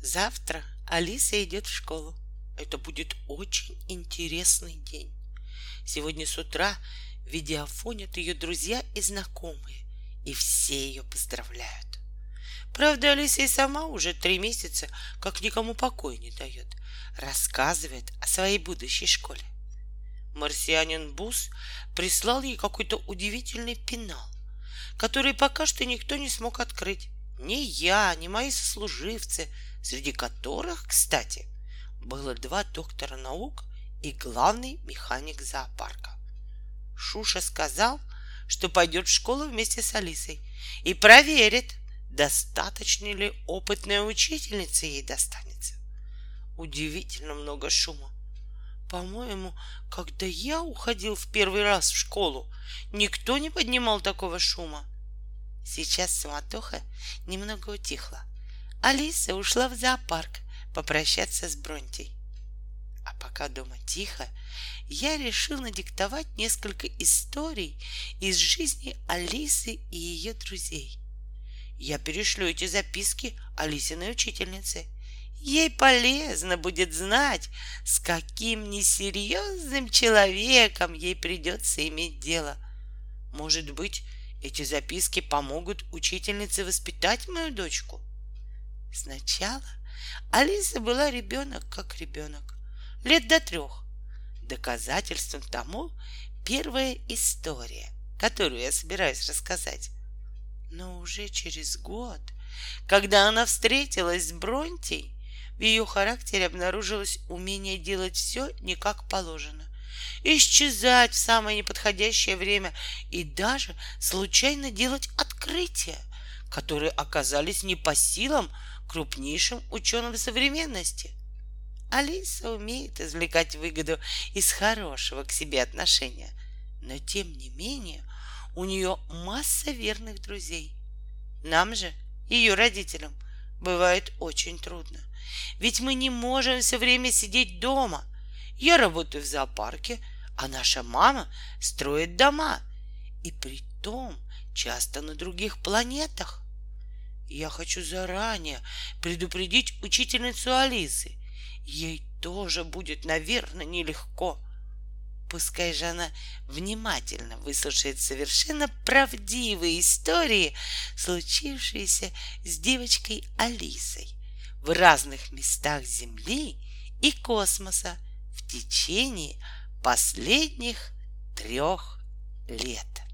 Завтра Алиса идет в школу. Это будет очень интересный день. Сегодня с утра видеофонят ее друзья и знакомые, и все ее поздравляют. Правда, Алиса и сама уже 3 месяца как никому покоя не дает. Рассказывает о своей будущей школе. Марсианин Бус прислал ей какой-то удивительный пенал, который пока что никто не смог открыть. Ни я, ни мои сослуживцы, среди которых, кстати, было 2 доктора наук и главный механик зоопарка. Шуша сказал, что пойдет в школу вместе с Алисой и проверит, достаточно ли опытная учительница ей достанется. Удивительно много шума. По-моему, когда я уходил в первый раз в школу, никто не поднимал такого шума. Сейчас суматоха немного утихла. Алиса ушла в зоопарк попрощаться с Бронтей. А пока дома тихо, я решил надиктовать несколько историй из жизни Алисы и ее друзей. Я перешлю эти записки Алисиной учительнице. Ей полезно будет знать, с каким несерьезным человеком ей придется иметь дело. Может быть, эти записки помогут учительнице воспитать мою дочку. Сначала Алиса была ребенок как ребенок, лет до 3. Доказательством тому первая история, которую я собираюсь рассказать. Но уже через год, когда она встретилась с Бронтей, в ее характере обнаружилось умение делать все не как положено, исчезать в самое неподходящее время и даже случайно делать открытия, которые оказались не по силам крупнейшим ученым современности. Алиса умеет извлекать выгоду из хорошего к себе отношения, но тем не менее у нее масса верных друзей. Нам же, ее родителям, бывает очень трудно, ведь мы не можем все время сидеть дома. Я работаю в зоопарке, а наша мама строит дома, и притом часто на других планетах. Я хочу заранее предупредить учительницу Алисы. Ей тоже будет, наверное, нелегко. Пускай же она внимательно выслушает совершенно правдивые истории, случившиеся с девочкой Алисой в разных местах Земли и космоса в течение последних 3 лет.